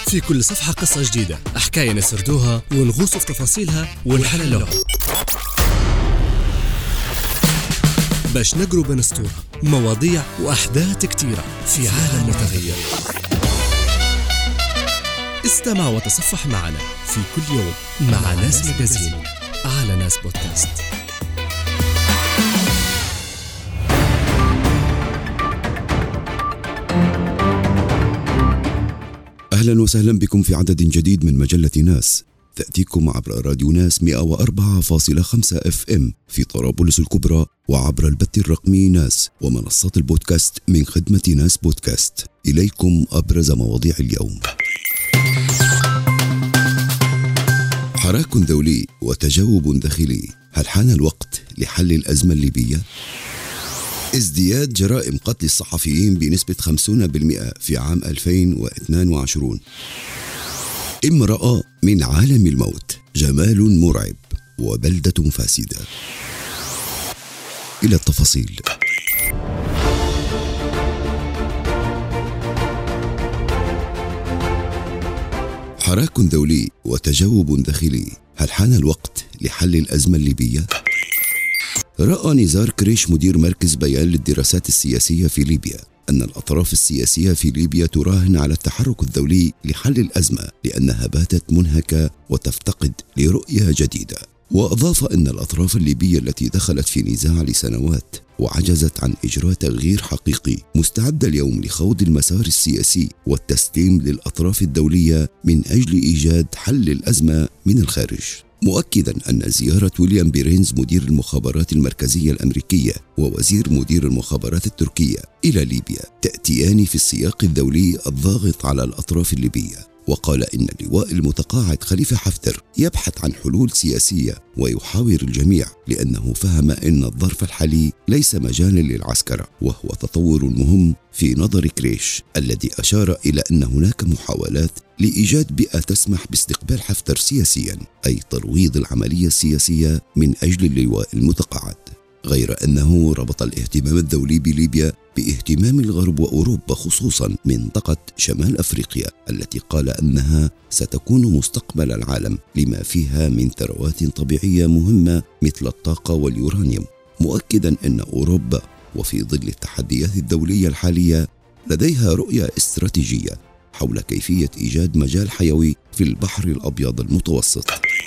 في كل صفحة قصة جديدة، حكاية نسردوها ونغوص في تفاصيلها ونحللوها باش نقروا بين سطور مواضيع وأحداث كتيرة في عالم متغير. استمع وتصفح معنا في كل يوم مع ناس ماجازين على ناس بودكاست. أهلا وسهلا بكم في عدد جديد من مجلة ناس، تأتيكم عبر راديو ناس 104.5 FM في طرابلس الكبرى، وعبر البث الرقمي ناس ومنصات البودكاست من خدمة ناس بودكاست. إليكم أبرز مواضيع اليوم: حراك دولي وتجاوب داخلي، هل حان الوقت لحل الأزمة الليبية؟ ازدياد جرائم قتل الصحفيين بنسبة 50% في عام 2022. امرأة من عالم الموت، جمال مرعب وبلدة فاسدة. إلى التفاصيل. حراك دولي وتجاوب داخلي، هل حان الوقت لحل الأزمة الليبية؟ رأى نزار كريش مدير مركز بيان للدراسات السياسية في ليبيا أن الأطراف السياسية في ليبيا تراهن على التحرك الدولي لحل الأزمة لأنها باتت منهكة وتفتقد لرؤية جديدة. وأضاف أن الأطراف الليبية التي دخلت في نزاع لسنوات وعجزت عن إجراء تغيير حقيقي مستعدة اليوم لخوض المسار السياسي والتسليم للأطراف الدولية من أجل إيجاد حل الأزمة من الخارج، مؤكدا أن زيارة ويليام بيرينز مدير المخابرات المركزية الأمريكية ووزير مدير المخابرات التركية إلى ليبيا تأتيان في السياق الدولي الضاغط على الأطراف الليبية. وقال إن اللواء المتقاعد خليفة حفتر يبحث عن حلول سياسية ويحاور الجميع، لأنه فهم أن الظرف الحالي ليس مجالا للعسكرة، وهو تطور مهم في نظر كريش، الذي أشار إلى أن هناك محاولات لإيجاد بيئة تسمح باستقبال حفتر سياسيا، أي ترويض العملية السياسية من أجل اللواء المتقاعد. غير أنه ربط الاهتمام الدولي بليبيا باهتمام الغرب وأوروبا، خصوصا منطقة شمال أفريقيا التي قال أنها ستكون مستقبل العالم لما فيها من ثروات طبيعية مهمة مثل الطاقة واليورانيوم، مؤكدا أن أوروبا وفي ظل التحديات الدولية الحالية لديها رؤية استراتيجية حول كيفية إيجاد مجال حيوي في البحر الأبيض المتوسط.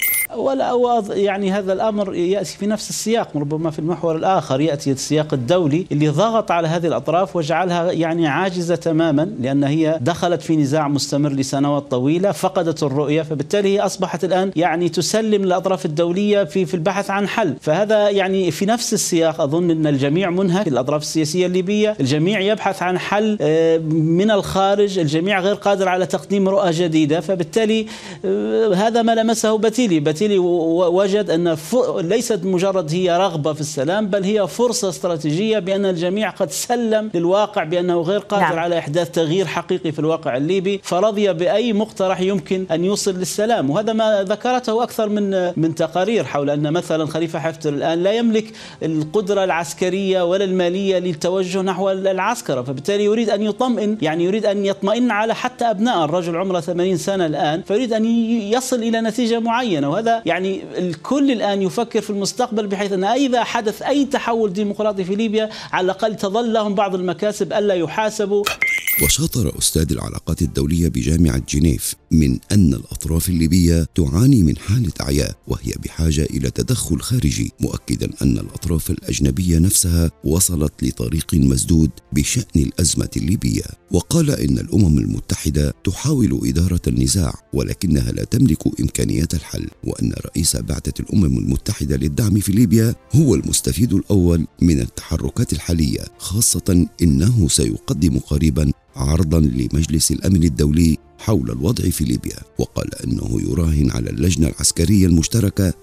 يعني هذا الأمر يأتي في نفس السياق، ربما في المحور الآخر يأتي السياق الدولي اللي ضغط على هذه الأطراف وجعلها يعني عاجزة تماما، لأن هي دخلت في نزاع مستمر لسنوات طويلة، فقدت الرؤية، فبالتالي هي أصبحت الآن يعني تسلم الأطراف الدولية في البحث عن حل. فهذا يعني في نفس السياق أظن أن الجميع منهك، الأطراف السياسية الليبية الجميع يبحث عن حل من الخارج، الجميع غير قادر على تقديم رؤى جديدة. فبالتالي هذا ما لمسه باتيلي وجد أن ليست مجرد هي رغبة في السلام، بل هي فرصة استراتيجية بأن الجميع قد سلم للواقع بأنه غير قادر على إحداث تغيير حقيقي في الواقع الليبي، فرضي بأي مقترح يمكن أن يوصل للسلام. وهذا ما ذكرته أكثر من تقارير حول أن مثلا خليفة حفتر الآن لا يملك القدرة العسكرية ولا المالية للتوجه نحو العسكرة، فبالتالي يريد أن يطمئن، يعني يريد أن يطمئن على حتى أبناء الرجل عمره 80 سنة الآن، فيريد أن يصل إلى نتيجة معينة. وهذا يعني الكل الآن يفكر في المستقبل، بحيث أن إذا حدث أي تحول ديمقراطي في ليبيا على الأقل تظل لهم بعض المكاسب ألا يحاسبوا. وشاطر أستاذ العلاقات الدولية بجامعة جنيف من أن الأطراف الليبية تعاني من حالة إعياء وهي بحاجة إلى تدخل خارجي، مؤكدا أن الأطراف الأجنبية نفسها وصلت لطريق مسدود بشأن الأزمة الليبية. وقال إن الأمم المتحدة تحاول إدارة النزاع ولكنها لا تملك إمكانيات الحل، وأن رئيس بعثة الأمم المتحدة للدعم في ليبيا هو المستفيد الأول من التحركات الحالية، خاصة إنه سيقدم قريبا عرضا لمجلس الأمن الدولي حول الوضع في ليبيا. وقال أنه يراهن على اللجنة العسكرية المشتركة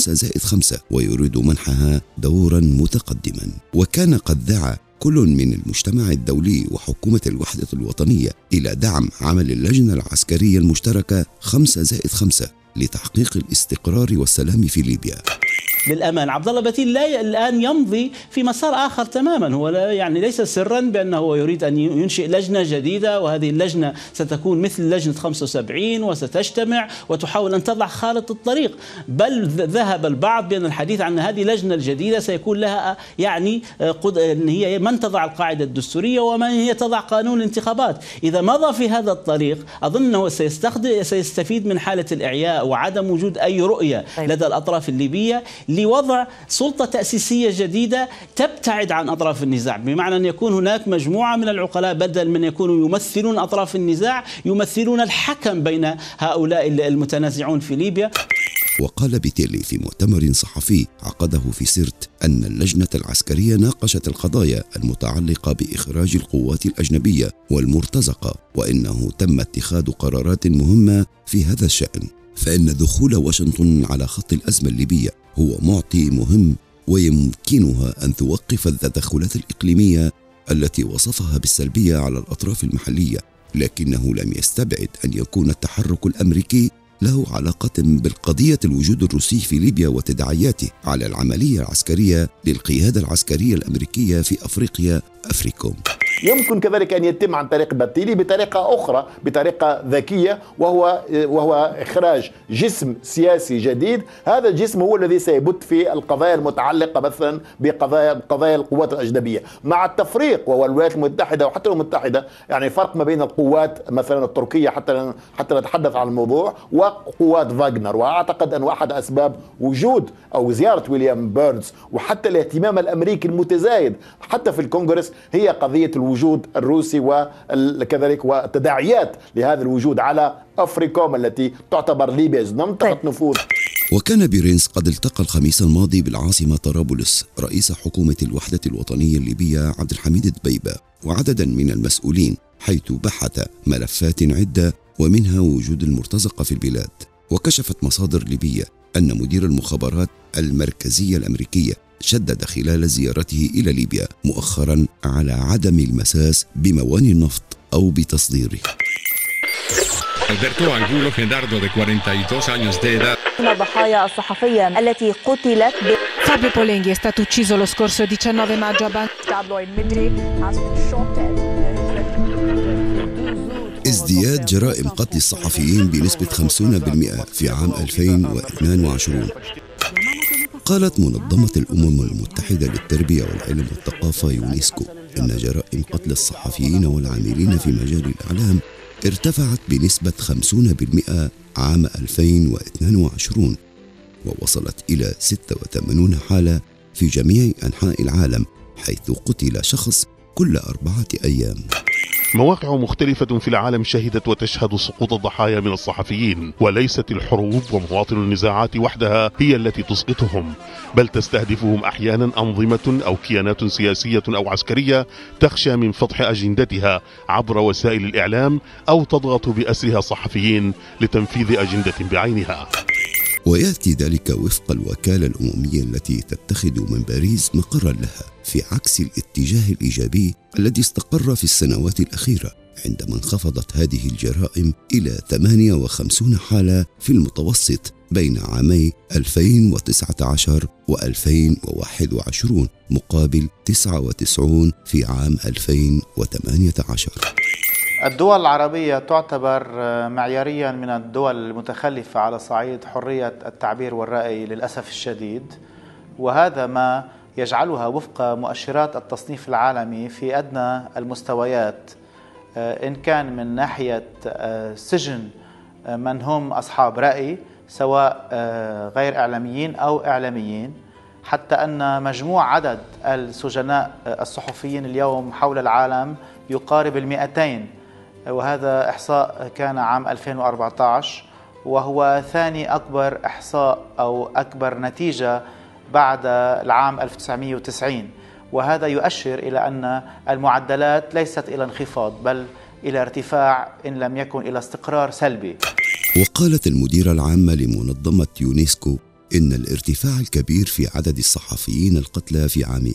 5+5 ويريد منحها دورا متقدما. وكان قد دعا كل من المجتمع الدولي وحكومة الوحدة الوطنية إلى دعم عمل اللجنة العسكرية المشتركة 5+5 لتحقيق الاستقرار والسلام في ليبيا. للأمان. عبد الله بتيل لا الآن يمضي في مسار آخر تماما. هو يعني ليس سرا بأنه يريد أن ينشئ لجنة جديدة، وهذه اللجنة ستكون مثل لجنة 75 وستجتمع وتحاول أن تضع خارطة الطريق. بل ذهب البعض بأن الحديث عن هذه اللجنة الجديدة سيكون لها يعني أن هي من تضع القاعدة الدستورية ومن هي تضع قانون الانتخابات. إذا مضى في هذا الطريق أظن أنه سيستفيد من حالة الإعياء وعدم وجود أي رؤية لدى الأطراف الليبية لوضع سلطة تأسيسية جديدة تبتعد عن أطراف النزاع، بمعنى أن يكون هناك مجموعة من العقلاء بدل من يكونوا يمثلون أطراف النزاع يمثلون الحكم بين هؤلاء المتنازعون في ليبيا. وقال بيتيلي في مؤتمر صحفي عقده في سرت أن اللجنة العسكرية ناقشت القضايا المتعلقة بإخراج القوات الأجنبية والمرتزقة، وإنه تم اتخاذ قرارات مهمة في هذا الشأن، فإن دخول واشنطن على خط الأزمة الليبية هو معطي مهم ويمكنها أن توقف التدخلات الإقليمية التي وصفها بالسلبية على الأطراف المحلية، لكنه لم يستبعد أن يكون التحرك الأمريكي له علاقة بالقضية الوجود الروسي في ليبيا وتداعياته على العملية العسكرية للقيادة العسكرية الأمريكية في أفريقيا أفريكوم. يمكن كذلك أن يتم عن طريق بتيلي بطريقة أخرى، بطريقة ذكية، وهو إخراج جسم سياسي جديد. هذا الجسم هو الذي سيبت في القضايا المتعلقة مثلا بقضايا القوات الأجنبية، مع التفريق وهو الولايات المتحدة وحتى المتحدة، يعني فرق ما بين القوات مثلا التركية حتى نتحدث عن الموضوع وقوات فاغنر. وأعتقد أن أحد أسباب وجود أو زيارة ويليام بيرنز وحتى الاهتمام الأمريكي المتزايد حتى في الكونغرس هي قضية الوجود الروسي وكذلك والتداعيات لهذا الوجود على أفريكوم التي تعتبر ليبيا منطقة نفوذ. وكان بيرينز قد التقى الخميس الماضي بالعاصمة طرابلس رئيس حكومة الوحدة الوطنية الليبية عبد الحميد دبيبة وعددا من المسؤولين، حيث بحث ملفات عدة ومنها وجود المرتزقة في البلاد. وكشفت مصادر ليبية أن مدير المخابرات المركزية الأمريكية شدد خلال زيارته إلى ليبيا مؤخرا على عدم المساس بموانئ النفط أو بتصديره. Alberto Angulo Gendardo de 42 años de edad. الضحايا الصحفية التي قتلت Fabio Polenghi è stato ucciso lo scorso 19 maggio a ازدياد جرائم قتل الصحفيين بنسبة 50% في عام 2022. قالت منظمة الأمم المتحدة للتربية والعلم والثقافة يونسكو إن جرائم قتل الصحفيين والعاملين في مجال الإعلام ارتفعت بنسبة 50% عام 2022 ووصلت إلى 86 حالة في جميع أنحاء العالم، حيث قتل شخص كل 4 أيام. مواقع مختلفة في العالم شهدت وتشهد سقوط الضحايا من الصحفيين، وليست الحروب ومواطن النزاعات وحدها هي التي تسقطهم، بل تستهدفهم أحيانا أنظمة أو كيانات سياسية أو عسكرية تخشى من فتح أجندتها عبر وسائل الإعلام أو تضغط بأسرها صحفيين لتنفيذ أجندة بعينها. ويأتي ذلك وفق الوكالة الأممية التي تتخذ من باريس مقرا لها، في عكس الاتجاه الإيجابي الذي استقر في السنوات الأخيرة عندما انخفضت هذه الجرائم إلى 58 حالة في المتوسط بين عامي 2019 و2021 مقابل 99 في عام 2018. الدول العربية تعتبر معياريا من الدول المتخلفة على صعيد حرية التعبير والرأي للأسف الشديد، وهذا ما يجعلها وفق مؤشرات التصنيف العالمي في أدنى المستويات، إن كان من ناحية سجن من هم أصحاب رأي سواء غير إعلاميين أو إعلاميين، حتى أن مجموع عدد السجناء الصحفيين اليوم حول العالم يقارب 200، وهذا إحصاء كان عام 2014 وهو ثاني أكبر إحصاء أو أكبر نتيجة بعد العام 1990، وهذا يؤشر إلى أن المعدلات ليست إلى انخفاض بل إلى ارتفاع إن لم يكن إلى استقرار سلبي. وقالت المديرة العامة لمنظمة يونسكو إن الارتفاع الكبير في عدد الصحفيين القتلى في عام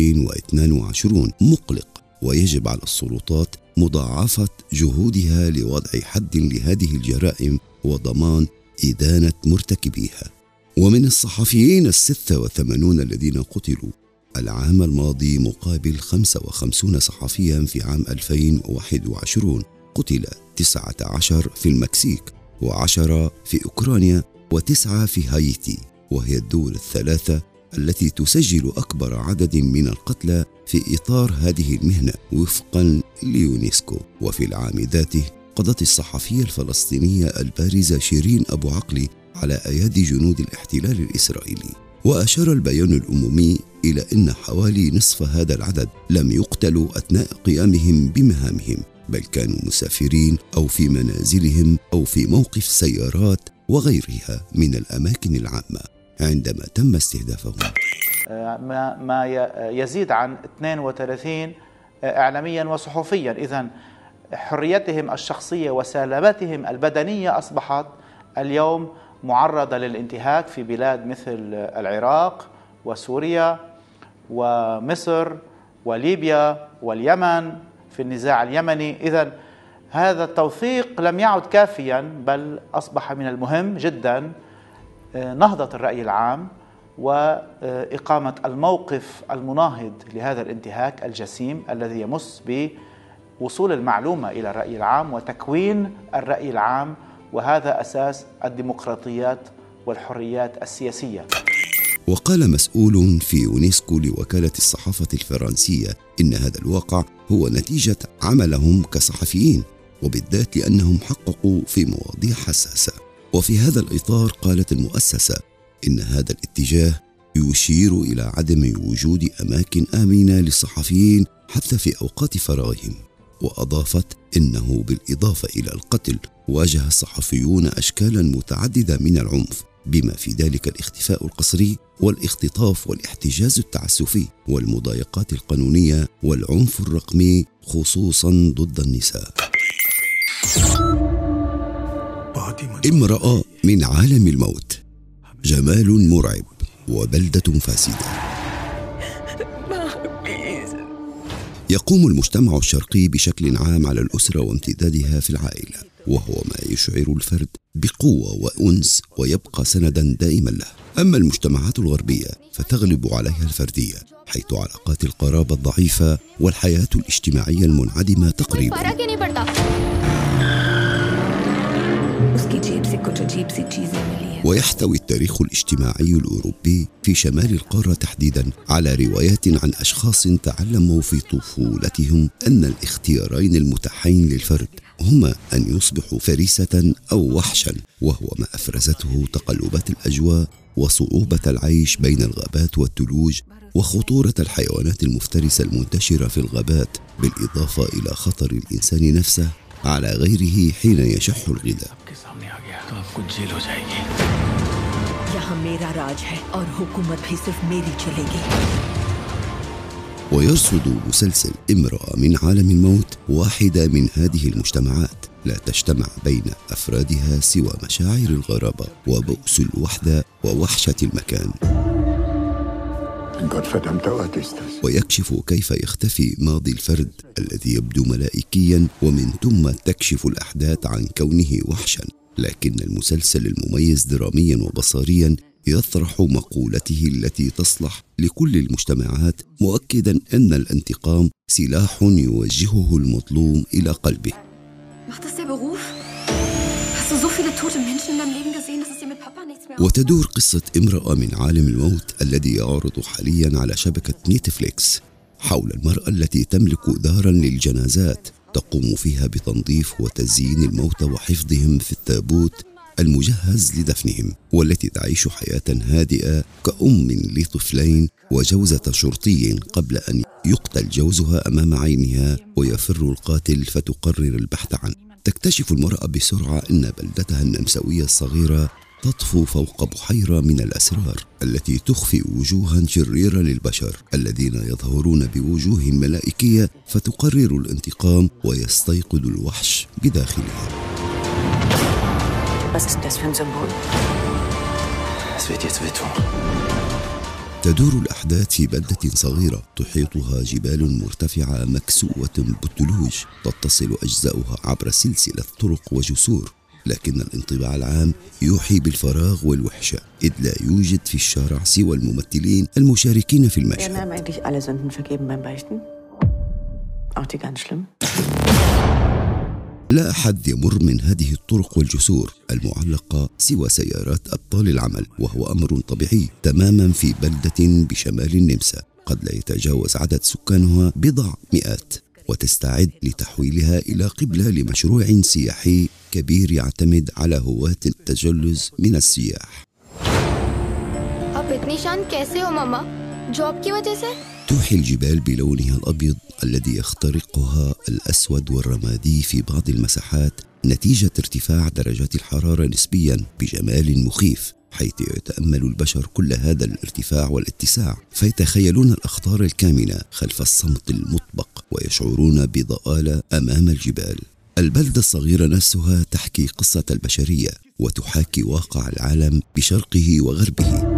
2022 مقلق، ويجب على السلطات مضاعفة جهودها لوضع حد لهذه الجرائم وضمان إدانة مرتكبيها. ومن الصحفيين 86 الذين قتلوا العام الماضي مقابل 55 صحفيا في عام 2021. قتل 19 في المكسيك و10 في أوكرانيا و9 في هايتي، وهي الدول الثلاثة التي تسجل أكبر عدد من القتلى في إطار هذه المهنة وفقا ليونسكو. وفي العام ذاته قضت الصحفية الفلسطينية البارزة شيرين أبو عقلي على أيادي جنود الاحتلال الإسرائيلي. وأشار البيان الأممي إلى أن حوالي نصف هذا العدد لم يقتلوا أثناء قيامهم بمهامهم، بل كانوا مسافرين أو في منازلهم أو في موقف سيارات وغيرها من الأماكن العامة عندما تم استهدافهم. ما يزيد عن 32 إعلاميا وصحفيا. إذن حريتهم الشخصية وسلامتهم البدنية أصبحت اليوم معرضة للانتهاك في بلاد مثل العراق وسوريا ومصر وليبيا واليمن في النزاع اليمني. إذن هذا التوثيق لم يعد كافيا، بل أصبح من المهم جدا نهضة الرأي العام وإقامة الموقف المناهض لهذا الانتهاك الجسيم الذي يمس بوصول المعلومة إلى الرأي العام وتكوين الرأي العام، وهذا أساس الديمقراطيات والحريات السياسية. وقال مسؤول في يونسكو لوكالة الصحافة الفرنسية إن هذا الواقع هو نتيجة عملهم كصحفيين، وبالذات لأنهم حققوا في مواضيع حساسة. وفي هذا الإطار قالت المؤسسة إن هذا الاتجاه يشير إلى عدم وجود أماكن آمنة للصحفيين حتى في أوقات فراغهم. وأضافت إنه بالإضافة إلى القتل واجه الصحفيون أشكالا متعددة من العنف، بما في ذلك الاختفاء القسري والاختطاف والاحتجاز التعسفي والمضايقات القانونية والعنف الرقمي خصوصا ضد النساء. امرأة من عالم الموت، جمال مرعب وبلدة فاسدة. يقوم المجتمع الشرقي بشكل عام على الأسرة وامتدادها في العائلة، وهو ما يشعر الفرد بقوة وأنس ويبقى سندا دائما له. أما المجتمعات الغربية فتغلب عليها الفردية، حيث علاقات القرابة الضعيفة والحياة الاجتماعية المنعدمة تقريبا. ويحتوي التاريخ الاجتماعي الأوروبي في شمال القارة تحديدا على روايات عن أشخاص تعلموا في طفولتهم أن الاختيارين المتاحين للفرد هما أن يصبحوا فريسة أو وحشا، وهو ما أفرزته تقلبات الأجواء وصعوبة العيش بين الغابات والثلوج وخطورة الحيوانات المفترسة المنتشرة في الغابات، بالإضافة إلى خطر الإنسان نفسه على غيره حين يشح الغذاء. ويرصد مسلسل امرأة من عالم الموت واحدة من هذه المجتمعات لا تجتمع بين أفرادها سوى مشاعر الغرابة وبؤس الوحدة ووحشة المكان. ويكشف كيف يختفي ماضي الفرد الذي يبدو ملائكيا، ومن ثم تكشف الأحداث عن كونه وحشا. لكن المسلسل المميز دراميا وبصريا يطرح مقولته التي تصلح لكل المجتمعات، مؤكدا أن الانتقام سلاح يوجهه المظلوم إلى قلبه. وتدور قصة امرأة من عالم الموت الذي يعرض حاليا على شبكة نيتفليكس حول المرأة التي تملك دارا للجنازات تقوم فيها بتنظيف وتزيين الموتى وحفظهم في التابوت المجهز لدفنهم، والتي تعيش حياة هادئة كأم لطفلين وجوزة شرطي قبل أن يقتل جوزها أمام عينها ويفر القاتل فتقرر البحث عنه. تكتشف المرأة بسرعة أن بلدتها النمساوية الصغيرة تطفو فوق بحيرة من الأسرار التي تخفي وجوها شريرة للبشر الذين يظهرون بوجوه ملائكية، فتقرر الانتقام ويستيقظ الوحش بداخلها. تدور الأحداث في بلدة صغيرة تحيطها جبال مرتفعة مكسوة بالثلوج، تتصل أجزاؤها عبر سلسلة طرق وجسور، لكن الانطباع العام يوحي بالفراغ والوحشة، إذ لا يوجد في الشارع سوى الممثلين المشاركين في المشهد. لا أحد يمر من هذه الطرق والجسور المعلقة سوى سيارات أبطال العمل، وهو أمر طبيعي تماما في بلدة بشمال النمسا قد لا يتجاوز عدد سكانها بضع مئات، وتستعد لتحويلها إلى قبلة لمشروع سياحي كبير يعتمد على هواة التجلس من السياح. توحي الجبال بلونها الأبيض الذي يخترقها الأسود والرمادي في بعض المساحات نتيجة ارتفاع درجات الحرارة نسبيا بجمال مخيف، حيث يتأمل البشر كل هذا الارتفاع والاتساع فيتخيلون الأخطار الكامنة خلف الصمت المطبق ويشعرون بضآلة أمام الجبال. البلدة الصغيرة نفسها تحكي قصة البشرية وتحاكي واقع العالم بشرقه وغربه.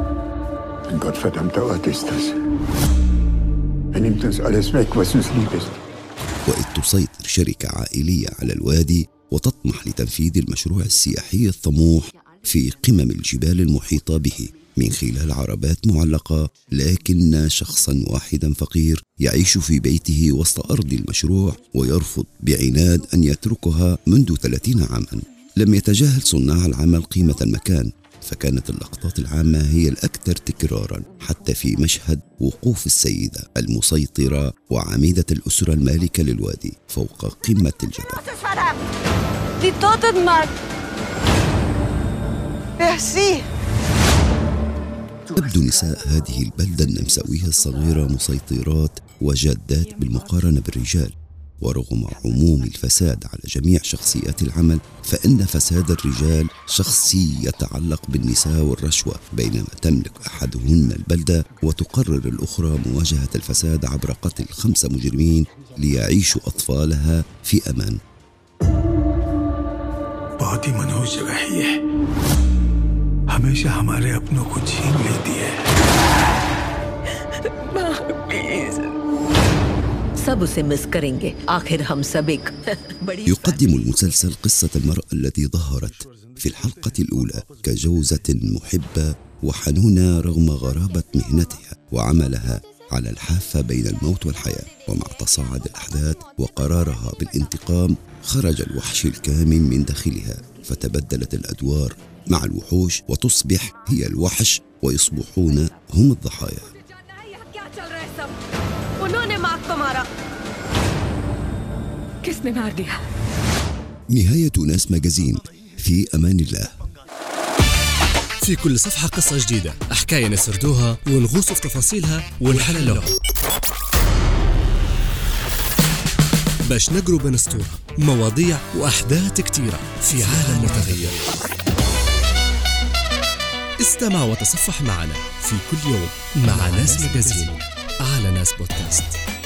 وإذ تسيطر شركة عائلية على الوادي وتطمح لتنفيذ المشروع السياحي الطموح في قمم الجبال المحيطة به من خلال عربات معلقة، لكن شخصا واحدا فقير يعيش في بيته وسط أرض المشروع ويرفض بعناد أن يتركها منذ 30 عاما. لم يتجاهل صناع العمل قيمة المكان، فكانت اللقطات العامة هي الأكثر تكرارا، حتى في مشهد وقوف السيدة المسيطرة وعميدة الأسرة المالكة للوادي فوق قمة الجبل. تبدو نساء هذه البلدة النمساوية الصغيرة مسيطرات وجادات بالمقارنة بالرجال، ورغم عموم الفساد على جميع شخصيات العمل فإن فساد الرجال شخصي يتعلق بالنساء والرشوة، بينما تملك أحدهن البلدة وتقرر الأخرى مواجهة الفساد عبر قتل 5 مجرمين ليعيشوا أطفالها في أمان. बहुत ही मनोज रही है, हमेशा हमारे अपनों को छीन लेती है। सब उसे मिस करेंगे, आखिर हम सब एक बड़ी। يقدم المسلسل قصة المرأة التي ظهرت في الحلقة الأولى كجوزة محبة وحنونة رغم غرابة مهنتها وعملها على الحافة بين الموت والحياة، ومع تصاعد الأحداث وقرارها بالانتقام خرج الوحش الكامن من داخلها، فتبدلت الأدوار مع الوحوش وتصبح هي الوحش ويصبحون هم الضحايا. نهاية ناس ماجازين، في أمان الله. في كل صفحة قصة جديدة، حكاية نسردوها ونغوص في تفاصيلها ونحللوها باش نقروا بنسطورة مواضيع وأحداث كتيرة في عالم متغير. استمع وتصفح معنا في كل يوم مع ناس ماجازين على ناس بودكاست.